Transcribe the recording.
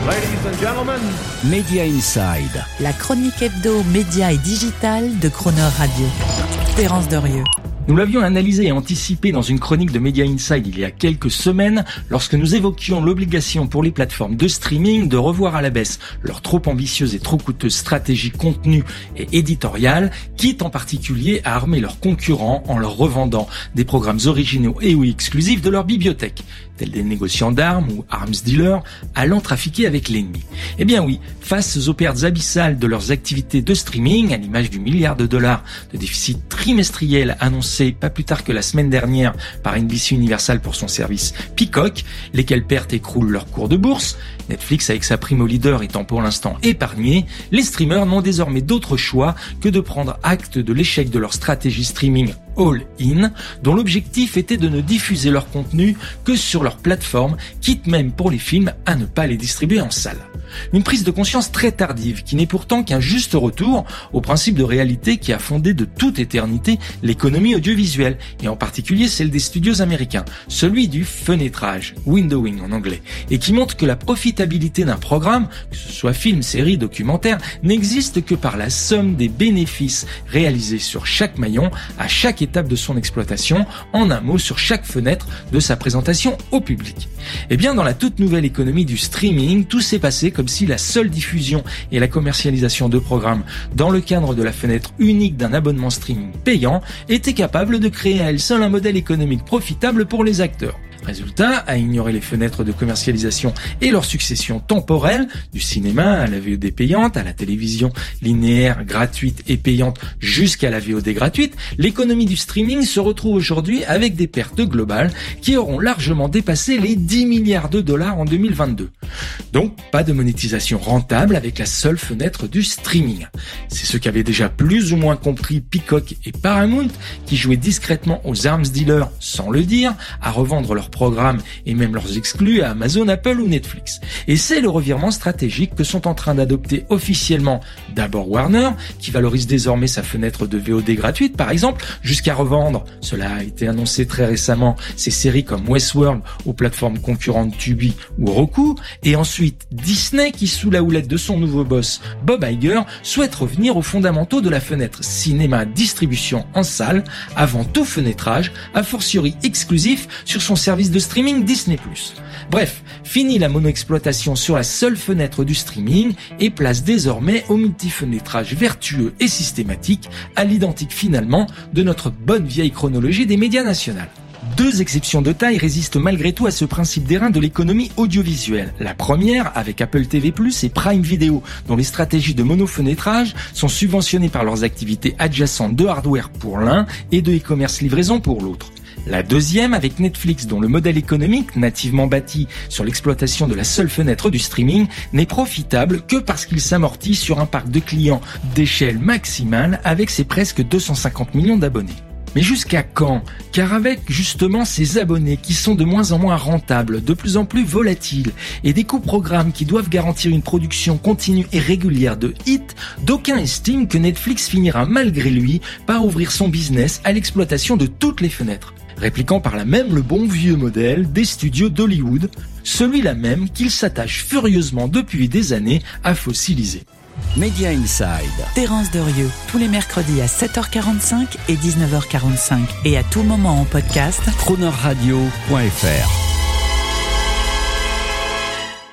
Ladies and gentlemen, Media Inside. La chronique hebdo, média et digital de Croner Radio. Terence Derieux. Nous l'avions analysé et anticipé dans une chronique de Media Inside il y a quelques semaines lorsque nous évoquions l'obligation pour les plateformes de streaming de revoir à la baisse leur trop ambitieuse et trop coûteuse stratégie contenu et éditoriale, quitte en particulier à armer leurs concurrents en leur revendant des programmes originaux et ou exclusifs de leur bibliothèque, tels des négociants d'armes ou arms dealers allant trafiquer avec l'ennemi. Eh bien oui, face aux pertes abyssales de leurs activités de streaming, à l'image du milliard de dollars de déficit trimestriel annoncé pas plus tard que la semaine dernière par NBC Universal pour son service Peacock, lesquelles pertes écroulent leur cours de bourse, Netflix avec sa prime au leader étant pour l'instant épargné, les streamers n'ont désormais d'autre choix que de prendre acte de l'échec de leur stratégie streaming all-in, dont l'objectif était de ne diffuser leur contenu que sur leur plateforme, quitte même pour les films à ne pas les distribuer en salle. Une prise de conscience très tardive qui n'est pourtant qu'un juste retour au principe de réalité qui a fondé de toute éternité l'économie audiovisuelle, et en particulier celle des studios américains, celui du fenêtrage, windowing en anglais, et qui montre que la profitabilité d'un programme, que ce soit film, série, documentaire, n'existe que par la somme des bénéfices réalisés sur chaque maillon, à chaque étape de son exploitation, en un mot sur chaque fenêtre de sa présentation au public. Et bien dans la toute nouvelle économie du streaming, tout s'est passé comme si la seule diffusion et la commercialisation de programmes dans le cadre de la fenêtre unique d'un abonnement streaming payant était capable de créer à elle seule un modèle économique profitable pour les acteurs. Résultat, à ignorer les fenêtres de commercialisation et leur succession temporelle, du cinéma à la VOD payante, à la télévision linéaire, gratuite et payante jusqu'à la VOD gratuite, l'économie du streaming se retrouve aujourd'hui avec des pertes globales qui auront largement dépassé les 10 milliards de dollars en 2022. Donc, pas de monétisation rentable avec la seule fenêtre du streaming. C'est ce qu'avaient déjà plus ou moins compris Peacock et Paramount, qui jouaient discrètement aux arms dealers, sans le dire, à revendre leurs programmes et même leurs exclus à Amazon, Apple ou Netflix. Et c'est le revirement stratégique que sont en train d'adopter officiellement d'abord Warner, qui valorise désormais sa fenêtre de VOD gratuite par exemple, jusqu'à revendre, cela a été annoncé très récemment, ses séries comme Westworld aux plateformes concurrentes Tubi ou Roku, et ensuite Disney qui, sous la houlette de son nouveau boss Bob Iger, souhaite revenir aux fondamentaux de la fenêtre cinéma-distribution en salle, avant tout fenêtrage, a fortiori exclusif sur son service de streaming Disney+. Bref, fini la mono-exploitation sur la seule fenêtre du streaming et place désormais au multifenêtrage vertueux et systématique, à l'identique finalement de notre bonne vieille chronologie des médias nationaux. Deux exceptions de taille résistent malgré tout à ce principe d'airain de l'économie audiovisuelle. La première, avec Apple TV+, et Prime Video, dont les stratégies de monofenêtrage sont subventionnées par leurs activités adjacentes de hardware pour l'un et de e-commerce livraison pour l'autre. La deuxième, avec Netflix, dont le modèle économique, nativement bâti sur l'exploitation de la seule fenêtre du streaming, n'est profitable que parce qu'il s'amortit sur un parc de clients d'échelle maximale avec ses presque 250 millions d'abonnés. Mais jusqu'à quand ? Car avec justement ces abonnés qui sont de moins en moins rentables, de plus en plus volatiles, et des coûts programmes qui doivent garantir une production continue et régulière de hits, d'aucuns estiment que Netflix finira malgré lui par ouvrir son business à l'exploitation de toutes les fenêtres, répliquant par là même le bon vieux modèle des studios d'Hollywood, celui-là même qu'il s'attache furieusement depuis des années à fossiliser. Media Inside. Terence Derieux, tous les mercredis à 7h45 et 19h45 et à tout moment en podcast. Cronerradio.fr